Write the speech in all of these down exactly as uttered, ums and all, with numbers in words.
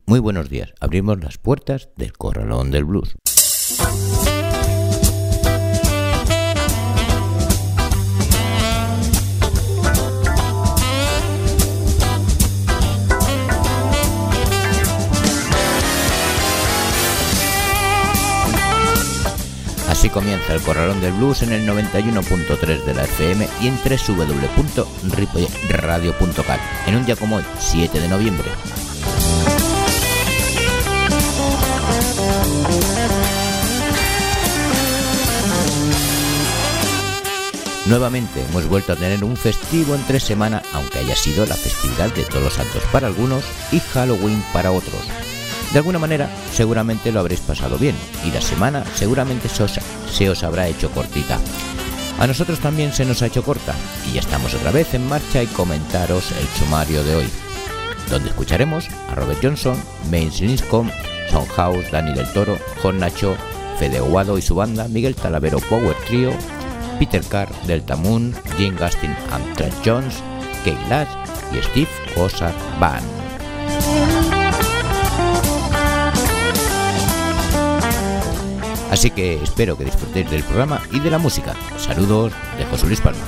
Muy buenos días, abrimos las puertas del Corralón del Blues. Así comienza el Corralón del Blues en el noventa y uno punto tres de la F M y en doble u doble u doble u punto ripollet radio punto cat en un día como hoy, siete de noviembre. Nuevamente hemos vuelto a tener un festivo entre semana, aunque haya sido la festividad de Todos los Santos para algunos y Halloween para otros. De alguna manera, seguramente lo habréis pasado bien y la semana seguramente se os, se os habrá hecho cortita. A nosotros también se nos ha hecho corta y ya estamos otra vez en marcha y comentaros el sumario de hoy, donde escucharemos a Robert Johnson, Vince Lindstrom, Soundhouse, Dani del Toro, Jon Nacho, Fede Aguado y su banda, Miguel Talavero Power Trio, Peter Carr, Delta Moon, Jim Gastin and Trent Jones, Kate Lash y Steve Cossack Band. Así que espero que disfrutéis del programa y de la música. Saludos de José Luis Palma.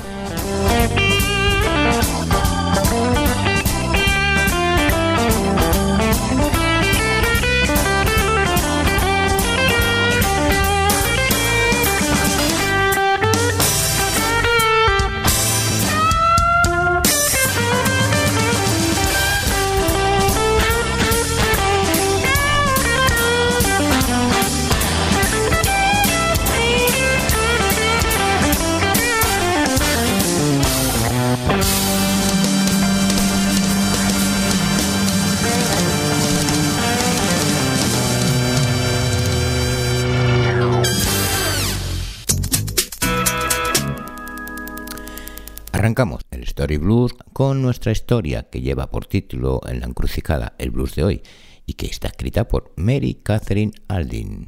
Arrancamos el Story Blues con nuestra historia que lleva por título en la encrucijada el blues de hoy y que está escrita por Mary Catherine Aldin.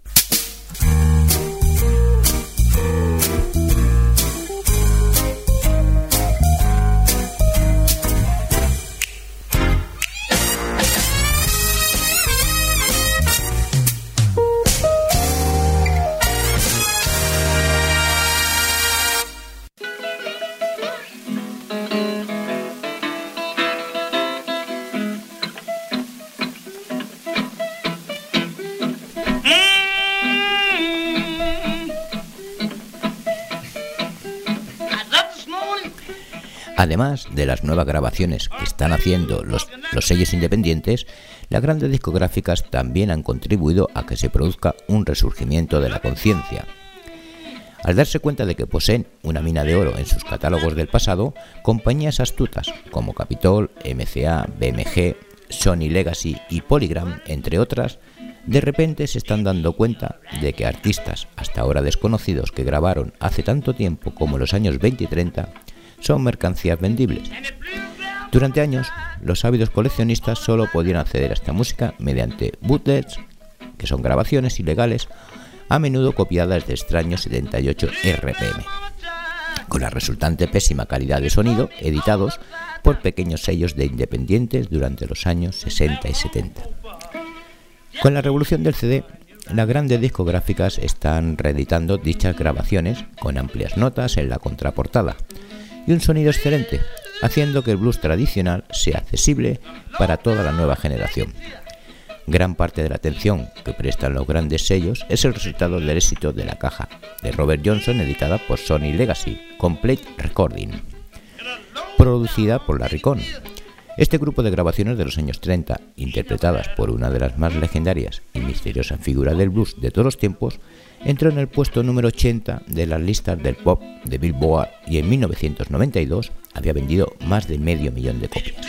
Además de las nuevas grabaciones que están haciendo los, los sellos independientes, las grandes discográficas también han contribuido a que se produzca un resurgimiento de la conciencia. Al darse cuenta de que poseen una mina de oro en sus catálogos del pasado, compañías astutas como Capitol, M C A, B M G, Sony Legacy y Polygram, entre otras, de repente se están dando cuenta de que artistas hasta ahora desconocidos que grabaron hace tanto tiempo como los años veinte y treinta son mercancías vendibles. Durante años, los ávidos coleccionistas solo podían acceder a esta música mediante bootlegs, que son grabaciones ilegales, a menudo copiadas de extraños setenta y ocho R P M, con la resultante pésima calidad de sonido, editados por pequeños sellos de independientes durante los años sesenta y setenta. Con la revolución del C D, las grandes discográficas están reeditando dichas grabaciones con amplias notas en la contraportada y un sonido excelente, haciendo que el blues tradicional sea accesible para toda la nueva generación. Gran parte de la atención que prestan los grandes sellos es el resultado del éxito de la caja de Robert Johnson, editada por Sony Legacy, Complete Recording, producida por Larry Cohn. Este grupo de grabaciones de los años treinta, interpretadas por una de las más legendarias y misteriosas figuras del blues de todos los tiempos, entró en el puesto número ochenta de las listas del pop de Billboard y en mil novecientos noventa y dos había vendido más de medio millón de copias.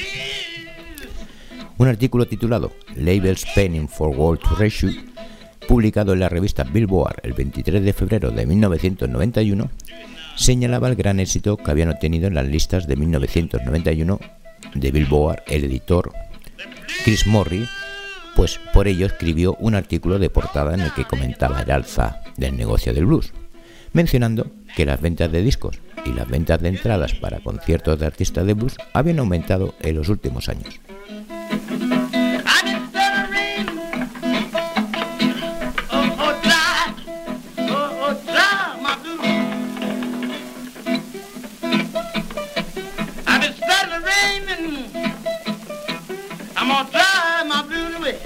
Un artículo titulado Labels Penning for World to Reissue, publicado en la revista Billboard el veintitrés de febrero de mil novecientos noventa y uno, señalaba el gran éxito que habían obtenido en las listas de mil novecientos noventa y uno de Billboard el editor Chris Morris, pues por ello escribió un artículo de portada en el que comentaba el alza del negocio del blues, mencionando que las ventas de discos y las ventas de entradas para conciertos de artistas de blues habían aumentado en los últimos años. Gonna drive my blues away.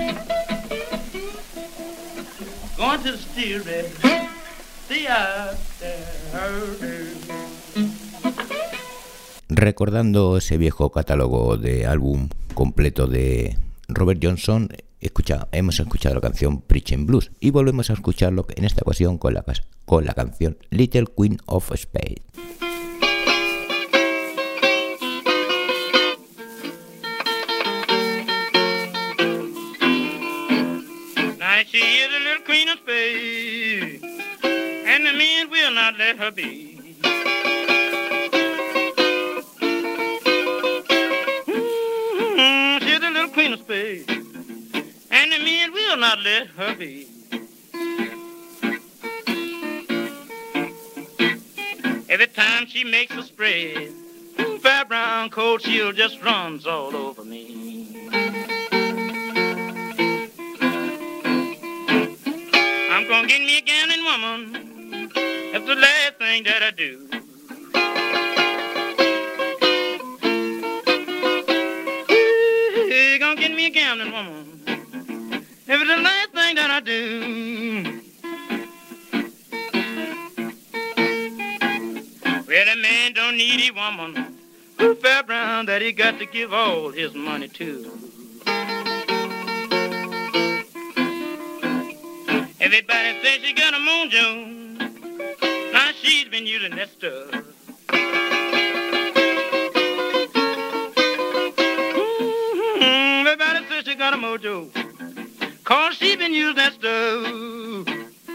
Going to the steel bed. See out there. Recordando ese viejo catálogo de álbum completo de Robert Johnson, escucha, hemos escuchado la canción Preaching Blues y volvemos a escucharlo en esta ocasión con la, con la canción Little Queen of Spades. Now she is a little queen of spades, and the men will not let her be. Mm-hmm, she's a little queen of spades, and the men will not let her be. Every time she makes a spread, fair brown coat, she'll just runs all over me. I'm gonna get me a gambling woman, that's the last thing that I do. Hey, gonna get me a gambling woman, if it's the last thing that I do. Well, a man don't need a woman who fair brown that he got to give all his money to. Everybody says she got a mojo, now she's been using that stuff. Mm-hmm. Everybody says she got a mojo, cause she been using that stuff.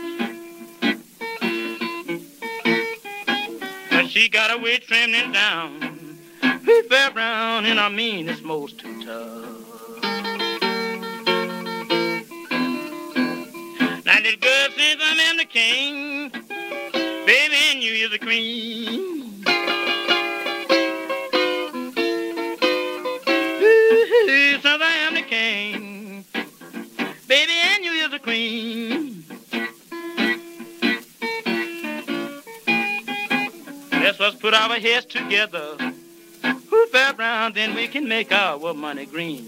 But she got her way trembling down, we fair brown, and I mean it's most too tough. Now this girl says I am the king, baby, and you is the queen. Ooh, says I am the king, baby, and you is the queen. Let's us put our heads together, ooh, fair brown, then we can make our money green.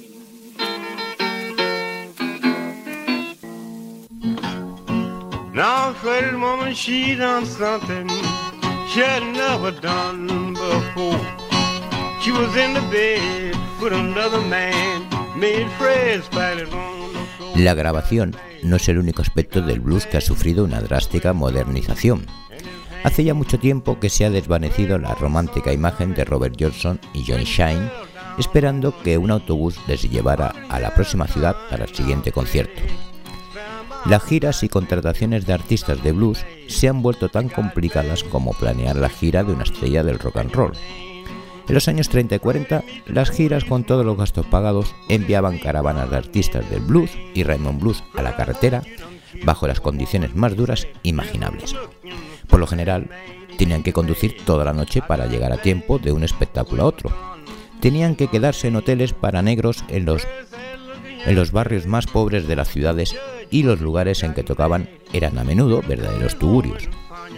Now, Freddie's woman, she done something she had never done before. She was in the bed with another man, made Fred spatted on the floor. La grabación no es el único aspecto del blues que ha sufrido una drástica modernización. Hace ya mucho tiempo que se ha desvanecido la romántica imagen de Robert Johnson y Johnny Shine, esperando que un autobús les llevara a la próxima ciudad para el siguiente concierto. Las giras y contrataciones de artistas de blues se han vuelto tan complicadas como planear la gira de una estrella del rock and roll. En los años treinta y cuarenta, las giras con todos los gastos pagados enviaban caravanas de artistas del blues y Raymond Blues a la carretera bajo las condiciones más duras imaginables. Por lo general, tenían que conducir toda la noche para llegar a tiempo de un espectáculo a otro. Tenían que quedarse en hoteles para negros en los, en los barrios más pobres de las ciudades y los lugares en que tocaban eran a menudo verdaderos tugurios.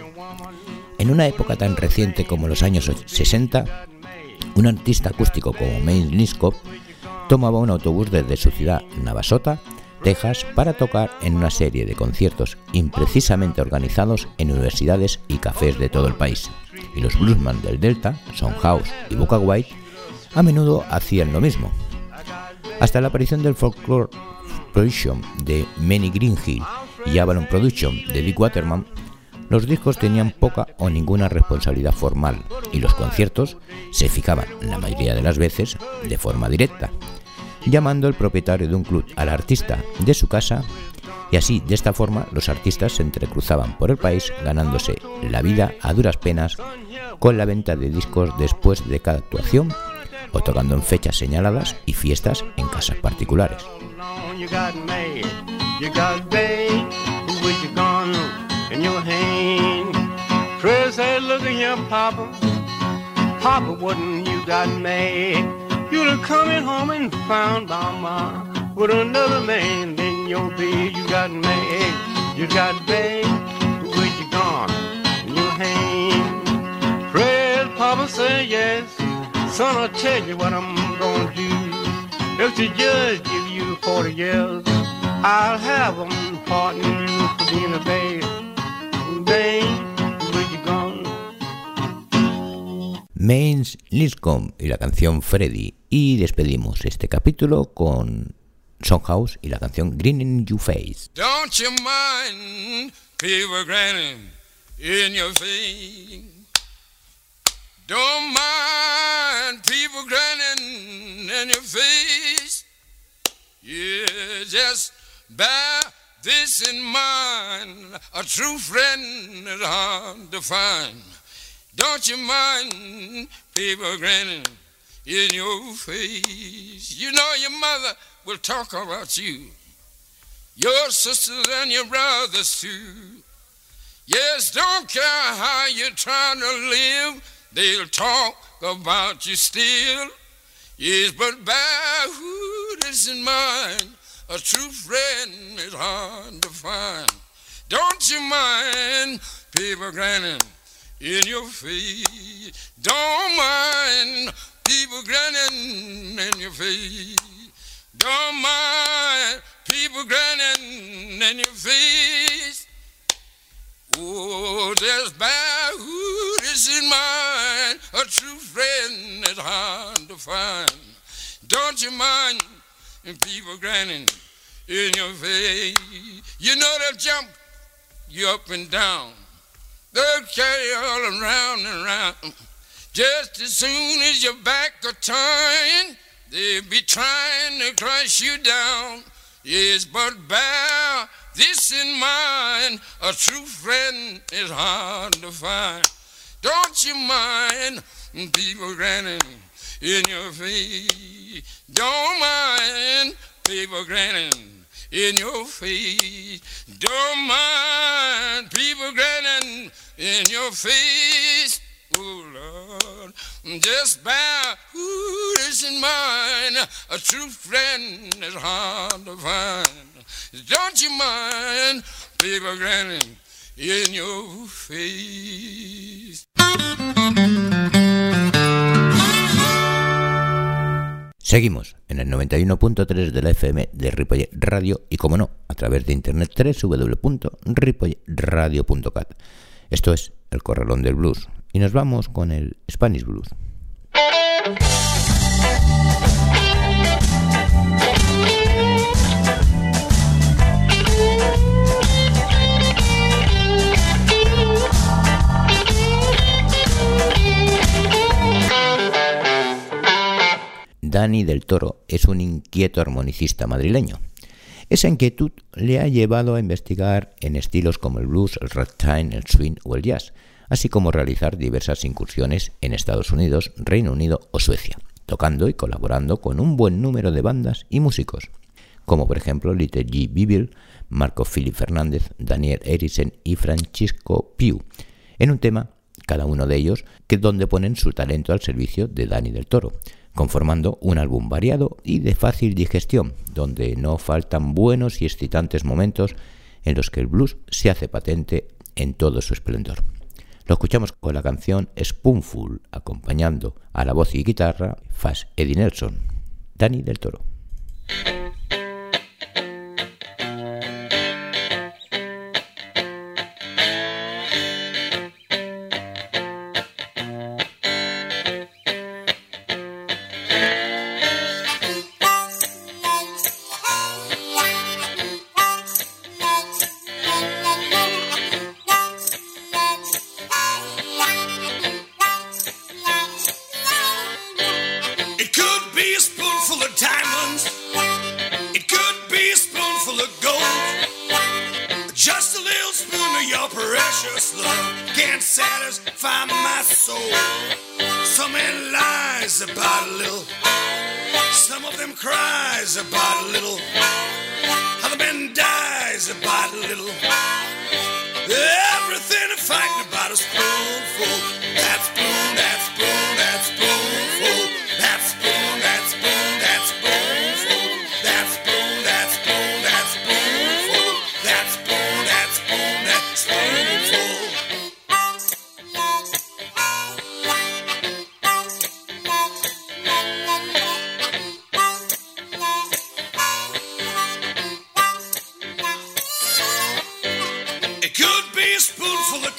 En una época tan reciente como los años sesenta, un artista acústico como Maine Liskov tomaba un autobús desde su ciudad, Navasota, Texas, para tocar en una serie de conciertos imprecisamente organizados en universidades y cafés de todo el país. Y los bluesman del Delta, Son House y Bukka White, a menudo hacían lo mismo. Hasta la aparición del Folklore Production de Manny Greenhill y Avalon Production de Dick Waterman, los discos tenían poca o ninguna responsabilidad formal y los conciertos se fijaban, la mayoría de las veces, de forma directa, llamando el propietario de un club al artista de su casa, y así, de esta forma, los artistas se entrecruzaban por el país ganándose la vida a duras penas con la venta de discos después de cada actuación o tocando en fechas señaladas y fiestas en casas particulares. You got mad, you got bad, with your gun in your hand. Fred said, look at your papa, papa, wouldn't you got mad? You'd have coming home and found mama with another man in your bed. You got mad, you got bad, with your gun in your hand. Fred, papa said, yes, son, I'll tell you what I'm gonna do. If the judge give you forty years, I'll have them pardoning you for being a bad. Bang, where you gone? Mains Liscombe y la canción Freddy. Y despedimos este capítulo con Soundhouse y la canción Grin in Your Face. Don't you mind people grinning in your face? Don't mind people grinning in your face. Yeah, just bear this in mind. A true friend is hard to find. Don't you mind people grinning in your face? You know your mother will talk about you, your sisters and your brothers too. Yes, don't care how you're trying to live, they'll talk about you still. Yes, but bear this in mind, a true friend is hard to find. Don't you mind people grinning in your face? Don't mind people grinning in your face. Don't mind people grinning in your face. Oh, just bear this in mind, a true friend is hard to find. Don't you mind people grinning in your face? You know they'll jump you up and down. They'll carry you all around and around. Just as soon as your back are turned, they'll be trying to crush you down. Yes, but bear this in mind, a true friend is hard to find. Don't you mind people grinning in your face? Don't mind people grinning in your face. Don't mind people grinning in your face. Oh, Lord, just bear this in mind, a true friend is hard to find. Don't you mind people grinning in your face. Seguimos en el noventa y uno punto tres de la F M de Ripollet Radio y, como no, a través de internet doble u doble u doble u punto ripollet radio punto cat. Esto es El Corralón del Blues y nos vamos con el Spanish Blues. Dani del Toro es un inquieto armonicista madrileño. Esa inquietud le ha llevado a investigar en estilos como el blues, el ragtime, el swing o el jazz, así como realizar diversas incursiones en Estados Unidos, Reino Unido o Suecia, tocando y colaborando con un buen número de bandas y músicos, como por ejemplo Little G. Bibel, Marco Philip Fernández, Daniel Eriksen y Francisco Piu, en un tema, cada uno de ellos, que es donde ponen su talento al servicio de Dani del Toro, conformando un álbum variado y de fácil digestión, donde no faltan buenos y excitantes momentos en los que el blues se hace patente en todo su esplendor. Lo escuchamos con la canción Spoonful, acompañando a la voz y guitarra Fast Eddie Nelson, Dani del Toro.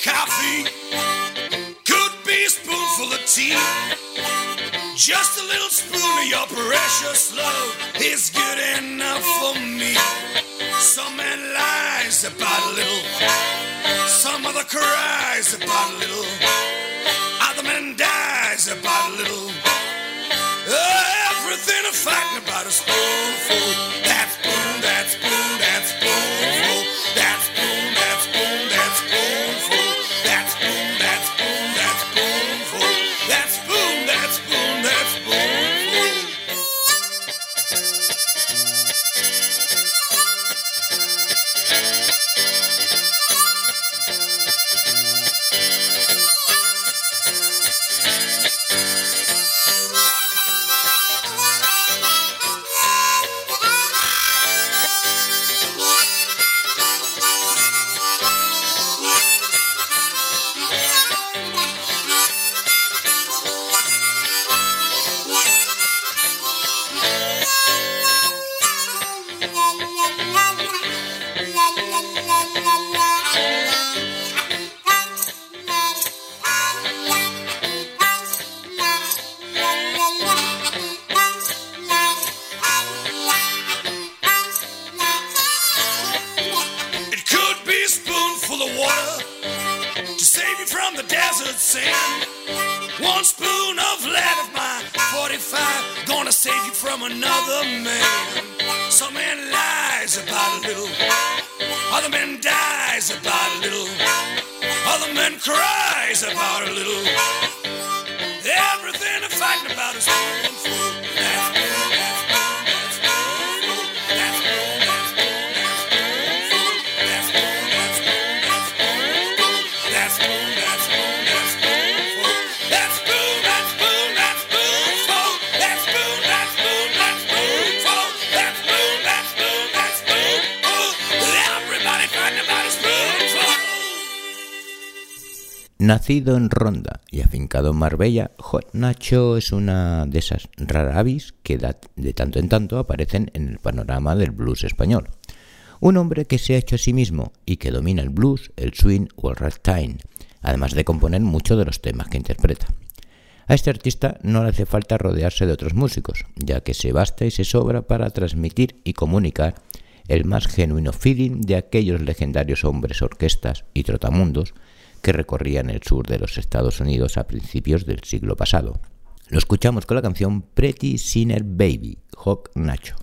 coffee, could be a spoonful of tea. Just a little spoon of your precious love is good enough for me. Some man lies about a little, some other cries about a little, other man dies about a little. Everything a fighting about a spoonful. That spoon, that spoon, that spoonful. That spoon, that spoon, that spoonful. That spoon, that spoon, that spoonful. That spoon, that spoon, that spoonful. One spoon of lead of my forty-five gonna save you from another man. Some man lies about a little, other man dies about a little, other man cries about a little. Everything they're fighting about is spoonful. That's Nacido en Ronda y afincado en Marbella, Hot Nacho es una de esas rara avis que de tanto en tanto aparecen en el panorama del blues español. Un hombre que se ha hecho a sí mismo y que domina el blues, el swing o el ragtime, además de componer muchos de los temas que interpreta. A este artista no le hace falta rodearse de otros músicos, ya que se basta y se sobra para transmitir y comunicar el más genuino feeling de aquellos legendarios hombres orquestas y trotamundos que recorrían el sur de los Estados Unidos a principios del siglo pasado. Lo escuchamos con la canción Pretty Sinner Baby, Hot Nacho.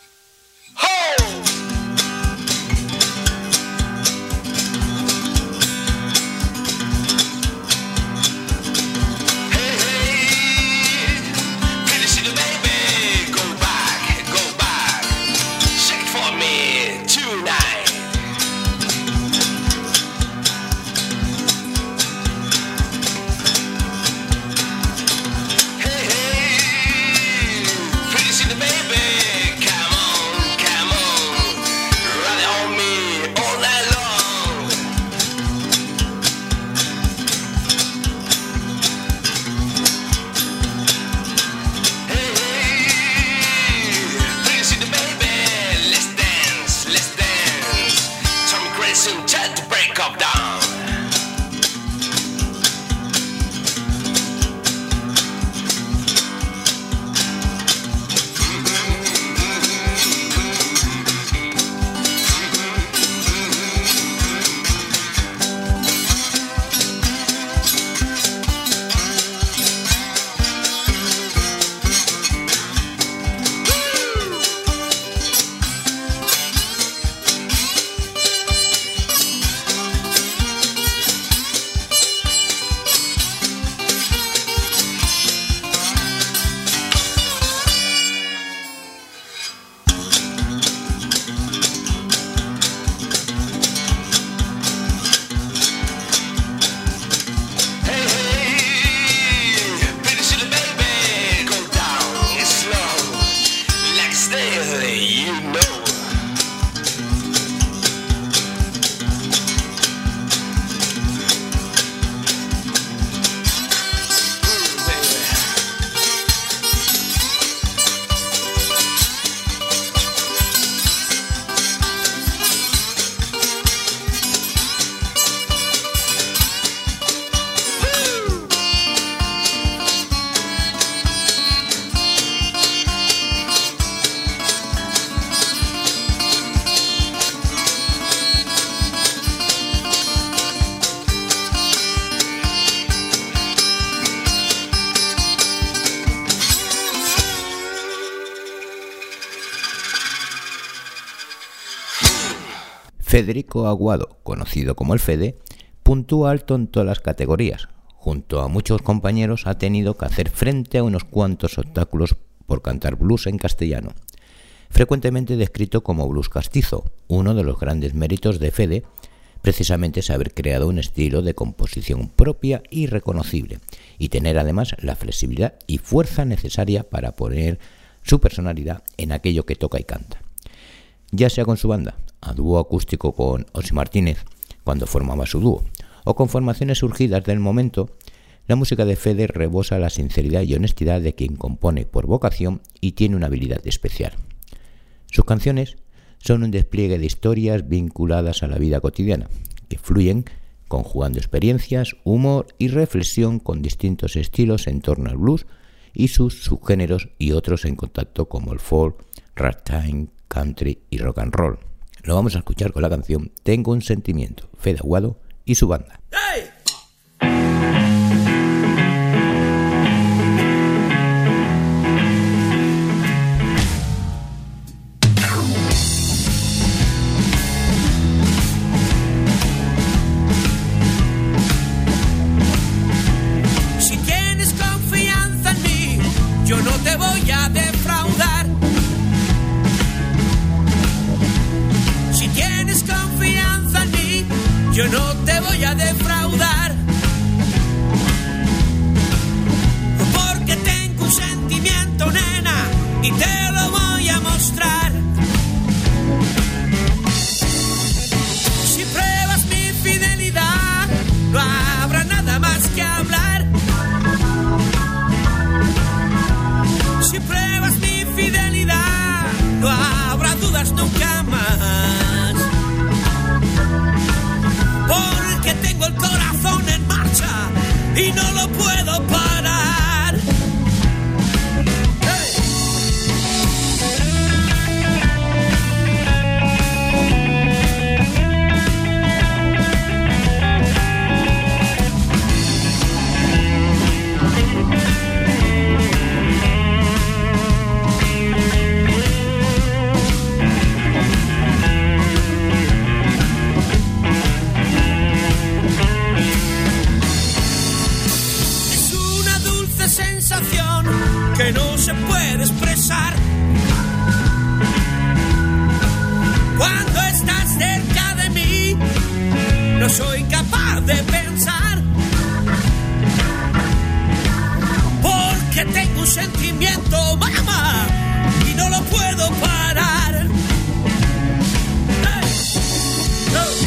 Ho! Federico Aguado, conocido como el Fede, puntúa alto en todas las categorías. Junto a muchos compañeros ha tenido que hacer frente a unos cuantos obstáculos por cantar blues en castellano. Frecuentemente descrito como blues castizo, uno de los grandes méritos de Fede precisamente es haber creado un estilo de composición propia y reconocible, y tener además la flexibilidad y fuerza necesaria para poner su personalidad en aquello que toca y canta. Ya sea con su banda, a dúo acústico con Osi Martínez, cuando formaba su dúo, o con formaciones surgidas del momento, la música de Fede rebosa la sinceridad y honestidad de quien compone por vocación y tiene una habilidad especial. Sus canciones son un despliegue de historias vinculadas a la vida cotidiana, que fluyen conjugando experiencias, humor y reflexión con distintos estilos en torno al blues y sus subgéneros y otros en contacto como el folk, ragtime, country y rock and roll. Lo vamos a escuchar con la canción Tengo un sentimiento, Fede Aguado y su banda. ¡Hey! Yo no te voy a defraudar. Si tienes confianza en mí, yo no te voy a defraudar. Porque tengo un sentimiento, nena, y te lo voy a mostrar. Si pruebas mi fidelidad, no habrá nada más que hablar. Si pruebas mi fidelidad, no habrá dudas nunca más. Porque tengo el corazón en marcha y no lo puedo parar. ¡Hey! Sensación que no se puede expresar. Cuando estás cerca de mí, no soy capaz de pensar. Porque tengo un sentimiento, mamá, y no lo puedo parar. Hey. No.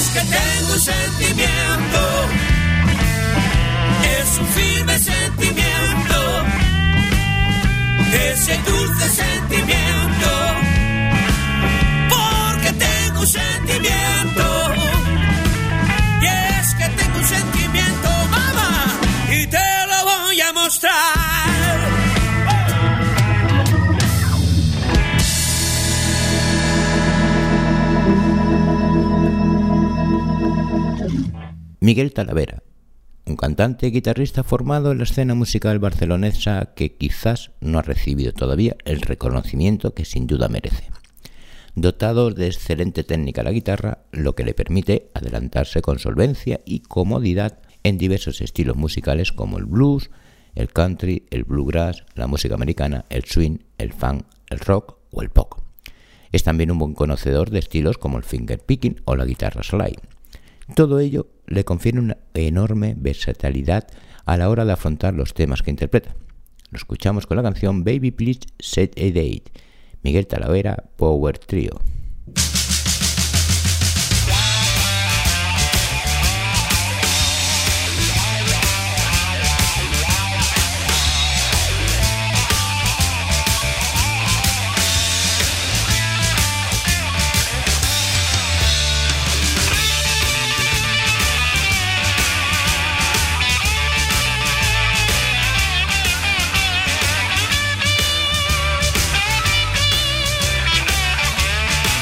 es que tengo un sentimiento, es un firme sentimiento, ese dulce sentimiento, porque tengo un sentimiento, y es que tengo un sentimiento, mamá, y te lo voy a mostrar. Miguel Talavera, un cantante y guitarrista formado en la escena musical barcelonesa que quizás no ha recibido todavía el reconocimiento que sin duda merece. Dotado de excelente técnica a la guitarra, lo que le permite adelantarse con solvencia y comodidad en diversos estilos musicales como el blues, el country, el bluegrass, la música americana, el swing, el funk, el rock o el pop. Es también un buen conocedor de estilos como el fingerpicking o la guitarra slide. Todo ello le confiere una enorme versatilidad a la hora de afrontar los temas que interpreta. Lo escuchamos con la canción Baby Please Set a Date, Miguel Talavera Power Trio. Bye.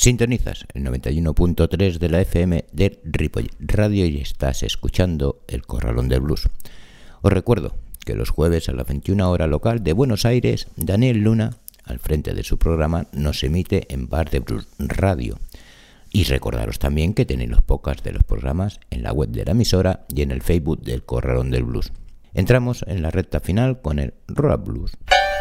Sintonizas el noventa y uno punto tres de la F M de Ripoll Radio y estás escuchando El Corralón del Blues. Os recuerdo que los jueves a las veintiuna horas local de Buenos Aires, Daniel Luna, al frente de su programa, nos emite en Bar de Blues Radio. Y recordaros también que tenéis los podcasts de los programas en la web de la emisora y en el Facebook del Corralón del Blues. Entramos en la recta final con el Roll Blues.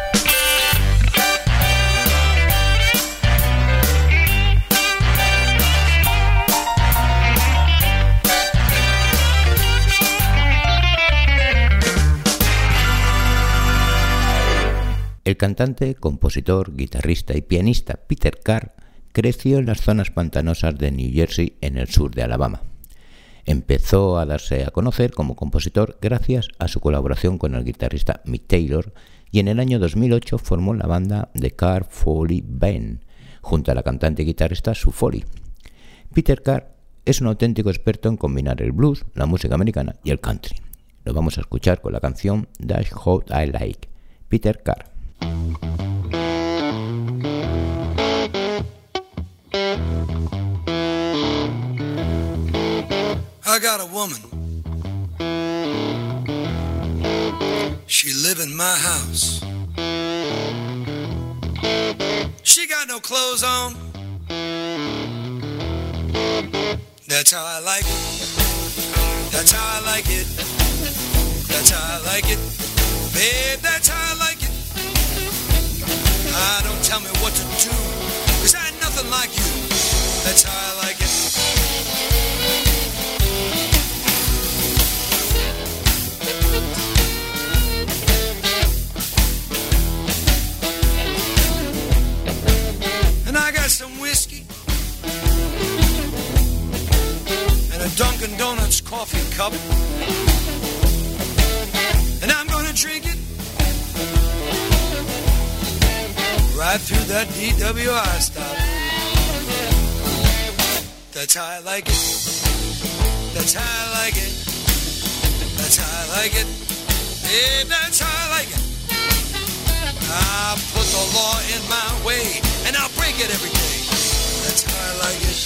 El cantante, compositor, guitarrista y pianista Peter Carr creció en las zonas pantanosas de New Jersey en el sur de Alabama. Empezó a darse a conocer como compositor gracias a su colaboración con el guitarrista Mick Taylor y en el año dos mil ocho formó la banda The Carr Foley Band junto a la cantante y guitarrista Sue Foley. Peter Carr es un auténtico experto en combinar el blues, la música americana y el country. Lo vamos a escuchar con la canción That's How I Like, Peter Carr. I got a woman. She live in my house. She got no clothes on. That's how I like it. That's how I like it. That's how I like it. Babe, that's how I like it. Ah, don't tell me what to do, 'cause I ain't nothing like you. That's how I like it. And I got some whiskey and a Dunkin' Donuts coffee cup, and I'm gonna drink it right through that D W I stop. That's how I like it. That's how I like it. That's how I like it. Babe, that's how I like it. I'll put the law in my way and I'll break it every day. That's how I like it.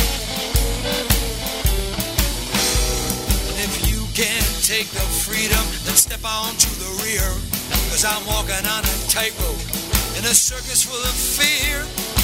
And if you can't take the freedom, then step on to the rear, 'cause I'm walking on a tightrope in a circus full of fear.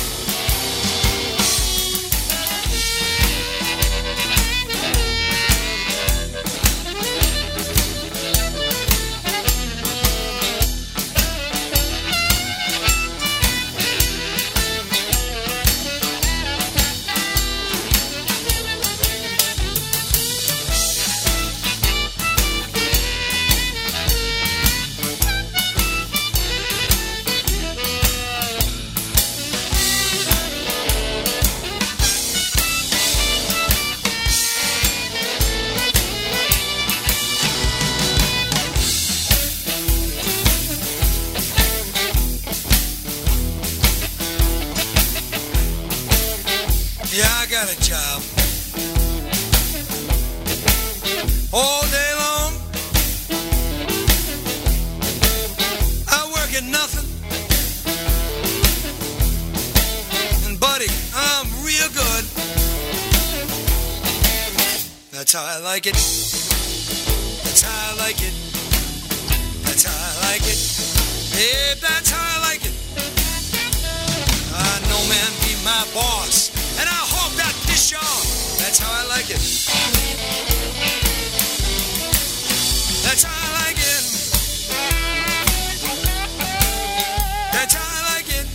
Got a job all day long. I work at nothing, and buddy, I'm real good. That's how I like it. That's how I like it. That's how I like it. Babe, that's how I like it. I no man be my boss, and I hog that dish on. That's how I like it. That's how I like it. That's how I like it.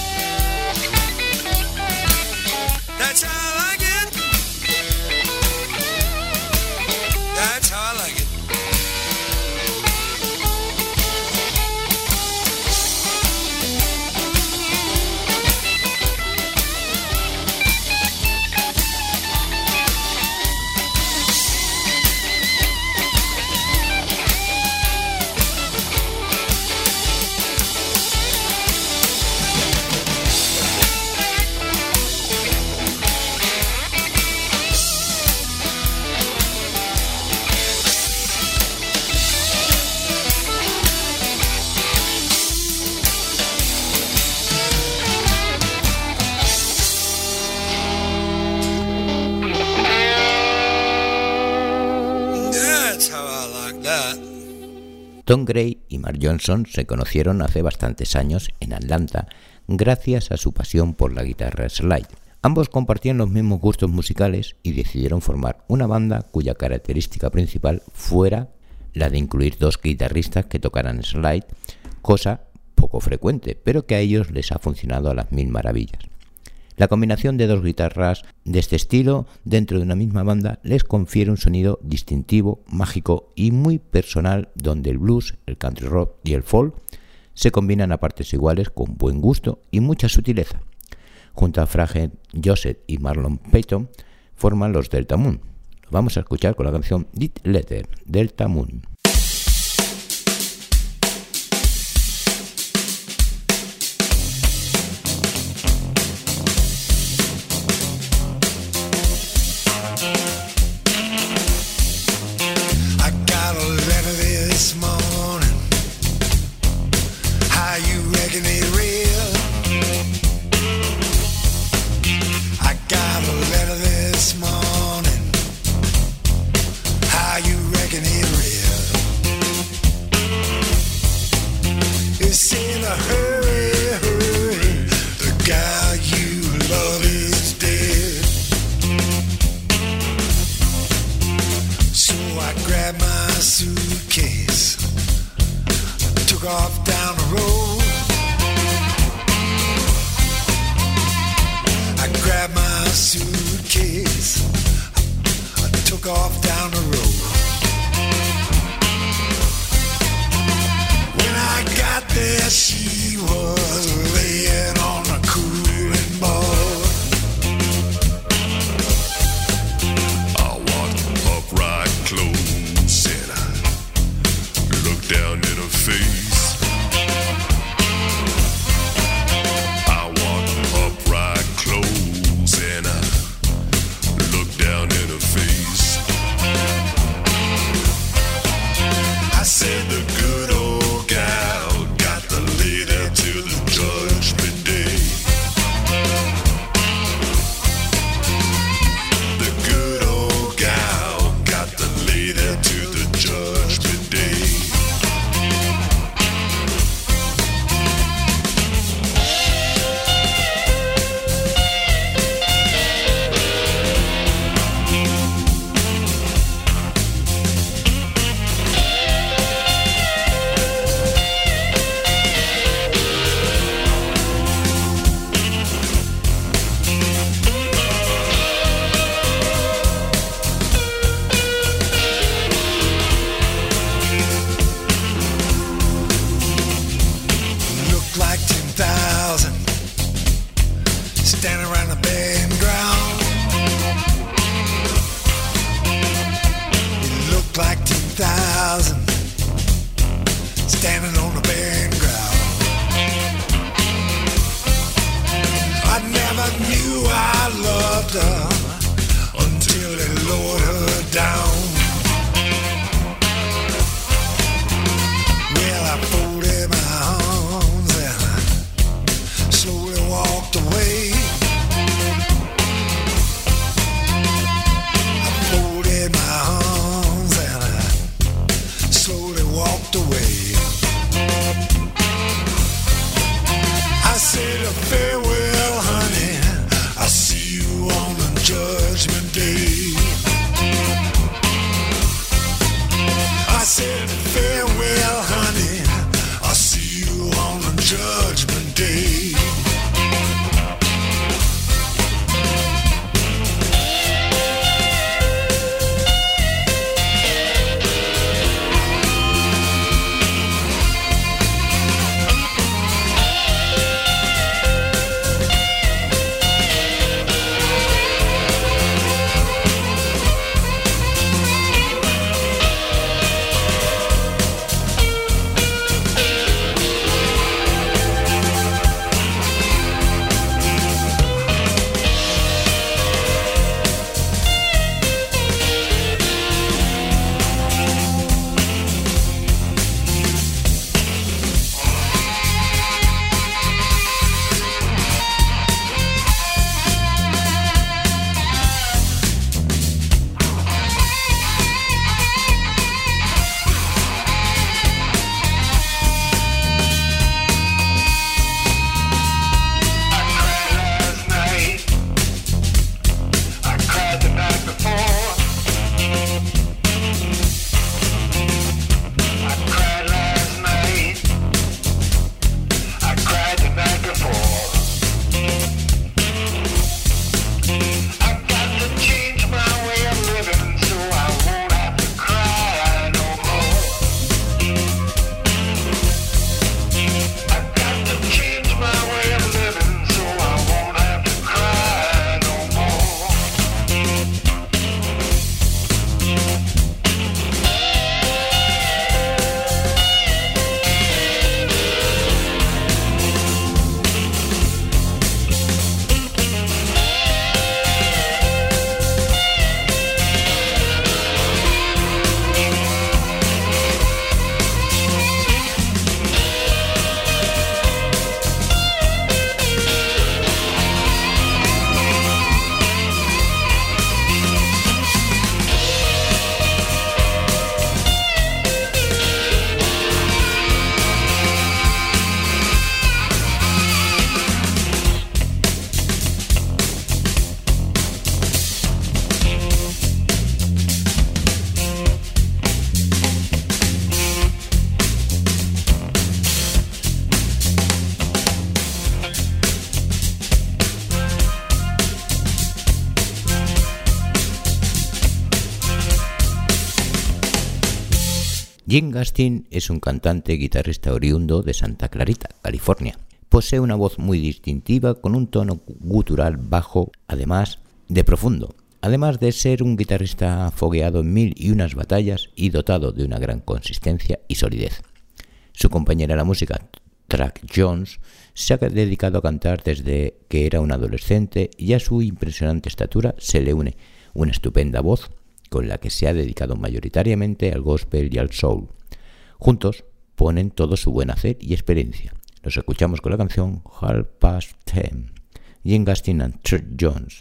That's how I like it. That's how I like it. Tom Gray y Mark Johnson se conocieron hace bastantes años en Atlanta gracias a su pasión por la guitarra slide. Ambos compartían los mismos gustos musicales y decidieron formar una banda cuya característica principal fuera la de incluir dos guitarristas que tocaran slide, cosa poco frecuente, pero que a ellos les ha funcionado a las mil maravillas. La combinación de dos guitarras de este estilo dentro de una misma banda les confiere un sonido distintivo, mágico y muy personal, donde el blues, el country rock y el folk se combinan a partes iguales con buen gusto y mucha sutileza. Junto a Frank Joseph y Marlon Payton forman los Delta Moon. Lo vamos a escuchar con la canción Dead Letter, Delta Moon. Farewell, honey. I see you on the Gene Gustin es un cantante y guitarrista oriundo de Santa Clarita, California. Posee una voz muy distintiva con un tono gutural bajo, además de profundo. Además de ser un guitarrista fogueado en mil y unas batallas y dotado de una gran consistencia y solidez. Su compañera en la música, Track Jones, se ha dedicado a cantar desde que era un adolescente y a su impresionante estatura se le une una estupenda voz con la que se ha dedicado mayoritariamente al gospel y al soul. Juntos ponen todo su buen hacer y experiencia. Los escuchamos con la canción Half Past Ten, Gene Gustin and Track Jones.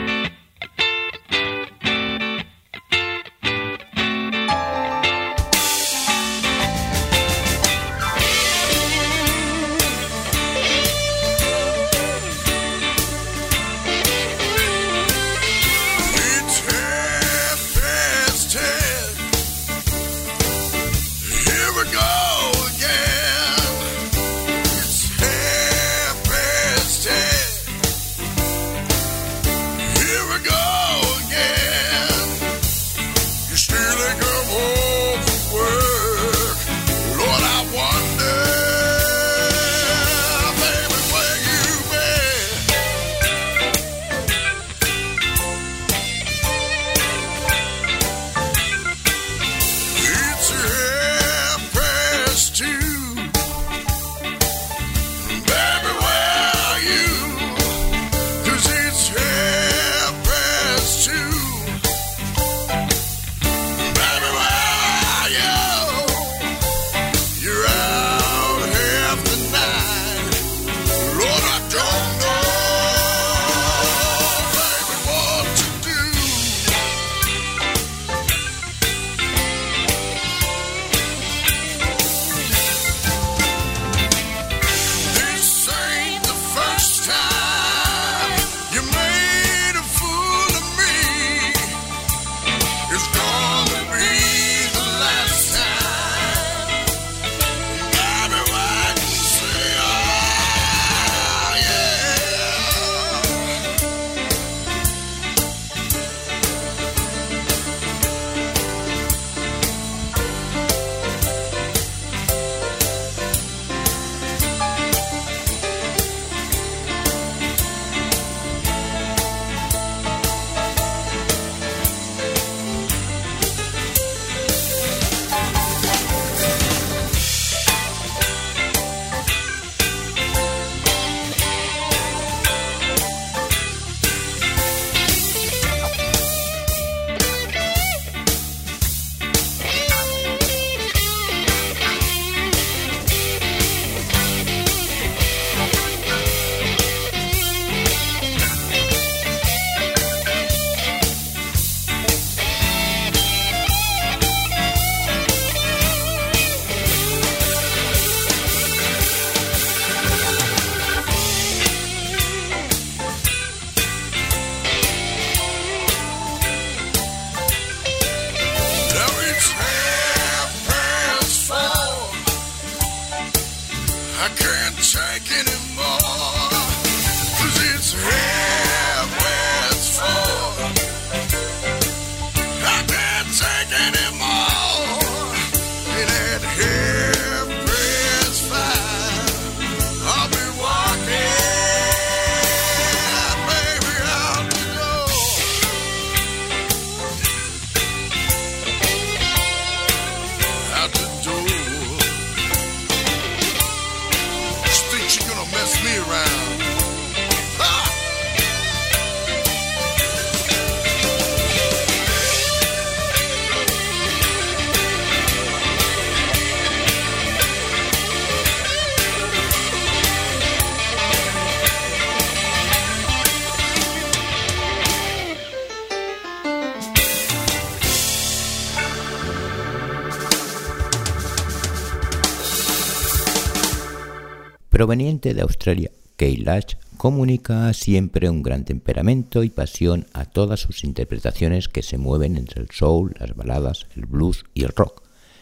Proveniente de Australia, Kate Lach comunica siempre un gran temperamento y pasión a todas sus interpretaciones que se mueven entre el soul, las baladas, el blues y el rock.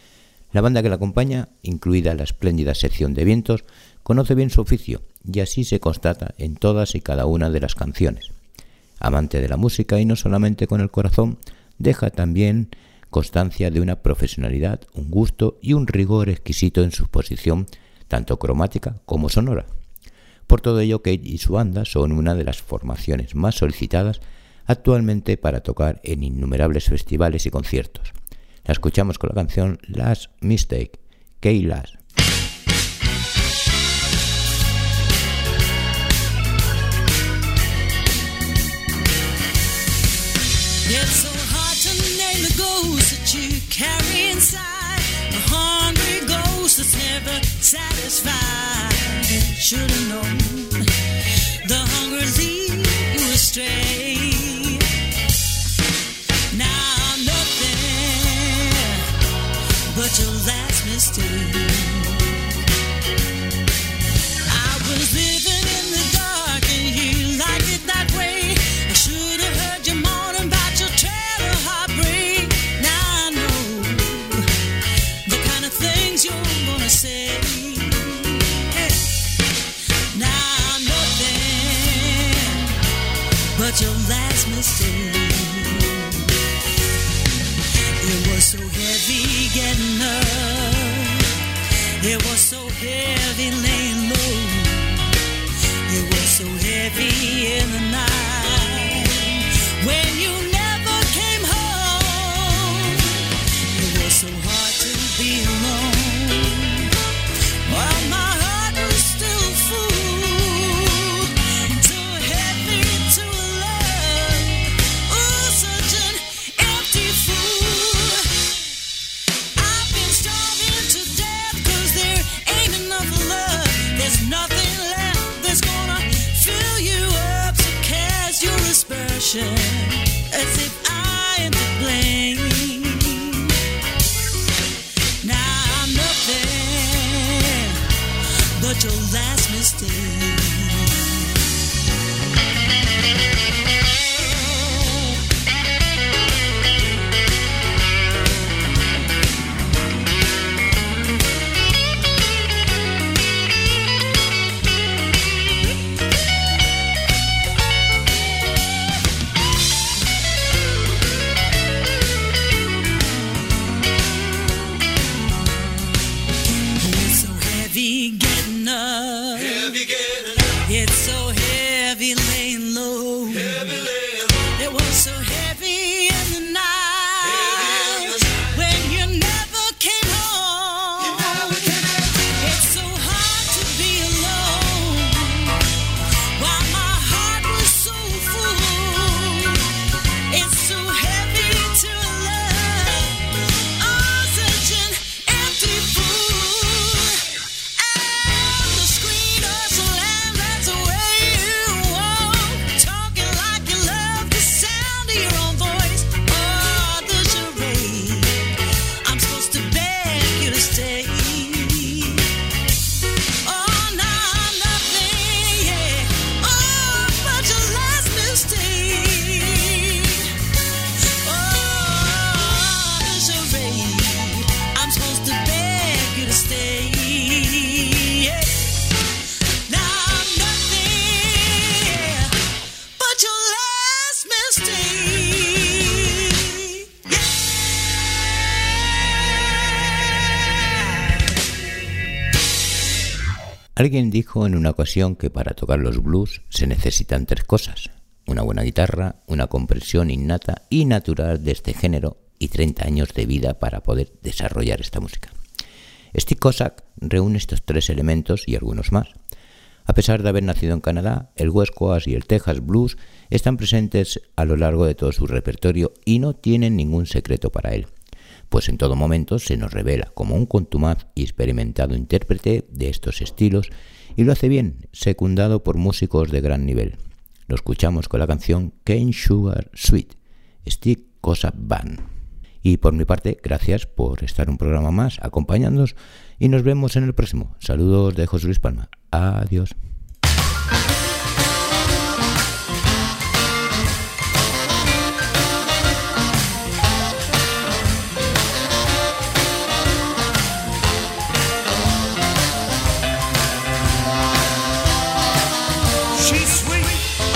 La banda que la acompaña, incluida la espléndida sección de vientos, conoce bien su oficio y así se constata en todas y cada una de las canciones. Amante de la música y no solamente con el corazón, deja también constancia de una profesionalidad, un gusto y un rigor exquisito en su posición, tanto cromática como sonora. Por todo ello, Kate y su banda son una de las formaciones más solicitadas actualmente para tocar en innumerables festivales y conciertos. La escuchamos con la canción Last Mistake, Kate Last. It's so hard to name the ghost that you carry inside, the hungry ghost that's never satisfied. Should have known the hunger lead you astray. Now I'm nothing but your last mistake. I was living in the dark and you liked it that way. I should have heard you moaning about your trail of heartbreak. Now I know the kind of things you're gonna say. Now I'm nothing but your last mistake. It was so heavy getting up, it was so heavy laying low, it was so heavy in the night when you never came home. It was so hard to be alone while my heart was still full, too heavy to love, oh such an empty fool. I've been starving to death cause there ain't enough love, there's nothing left that's gonna fill you up, so cast your aspersion as if I am to blame. Now I'm nothing but your last mistake. It's so heavy getting up, Heavy getting up, it's so heavy laying low, heavy laying low. it was so heavy in the night, Heavy in the night. when you never came home. You never came. It's so hard to be alone while my heart was so full. It's so heavy to love, oh such an empty fool. And the screen does land, that's the way you walk, talking like you love the sound of your own voice. Oh, the charade, I'm supposed to beg you to stay. Oh, now I'm nothing, yeah, oh, but your last mistake. Oh, the charade, I'm supposed to beg you to stay. Yeah. Now I'm nothing but your last mistake. Yeah. Alguien dijo en una ocasión que para tocar los blues se necesitan tres cosas: una buena guitarra, una comprensión innata y natural de este género y treinta años de vida para poder desarrollar esta música. Steve Cossack reúne estos tres elementos y algunos más. A pesar de haber nacido en Canadá, el West Coast y el Texas Blues están presentes a lo largo de todo su repertorio y no tienen ningún secreto para él, pues en todo momento se nos revela como un contumaz y experimentado intérprete de estos estilos y lo hace bien, secundado por músicos de gran nivel. Lo escuchamos con la canción Cane Sugar Sweet, Steve Cossack Band. Y por mi parte, gracias por estar un programa más acompañándonos y nos vemos en el próximo. Saludos de José Luis Palma. Adiós. She's sweet.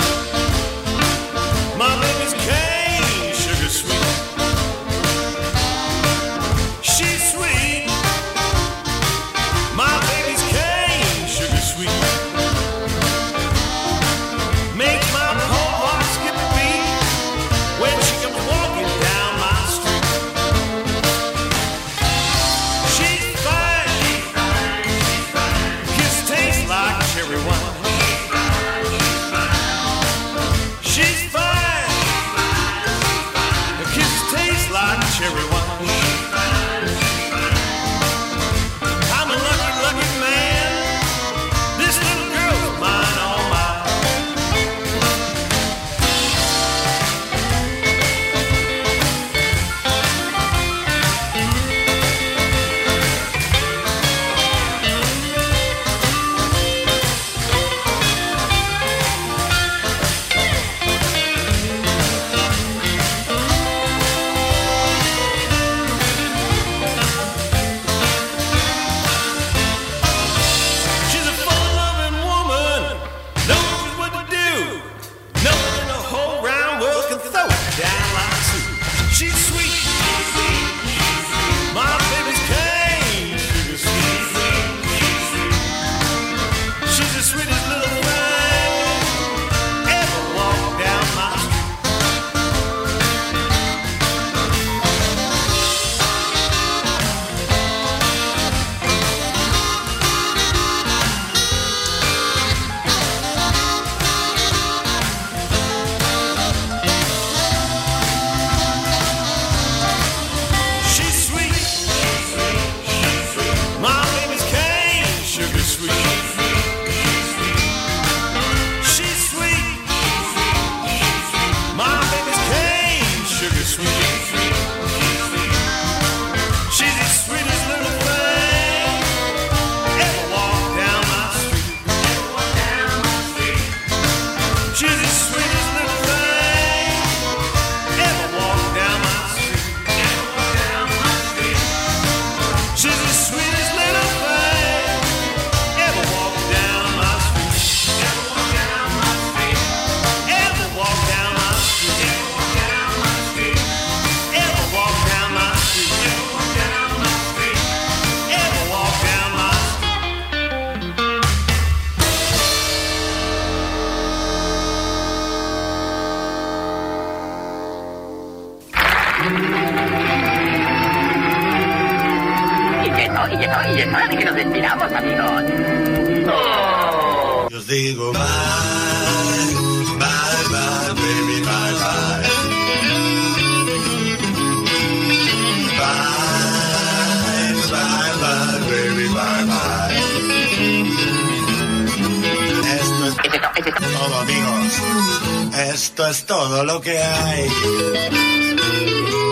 My baby's cane sugar sweet. the sweetest. She's the sweetest little thing ever walked down my street. She's the sweetest little thing ever walked down my street. She's the sweetest little thing ever walked down my street. Ever walked down my street. Ever walked down my street. Ever walked down my street. Ever walked down my Y que no, y que no, y es hora de que nos despidamos, amigos. Yo os digo bye, bye, bye, baby, bye, bye. Bye, bye, bye, baby, bye, bye. Esto es Es esto, es esto. todo, amigos. Esto es todo lo que hay.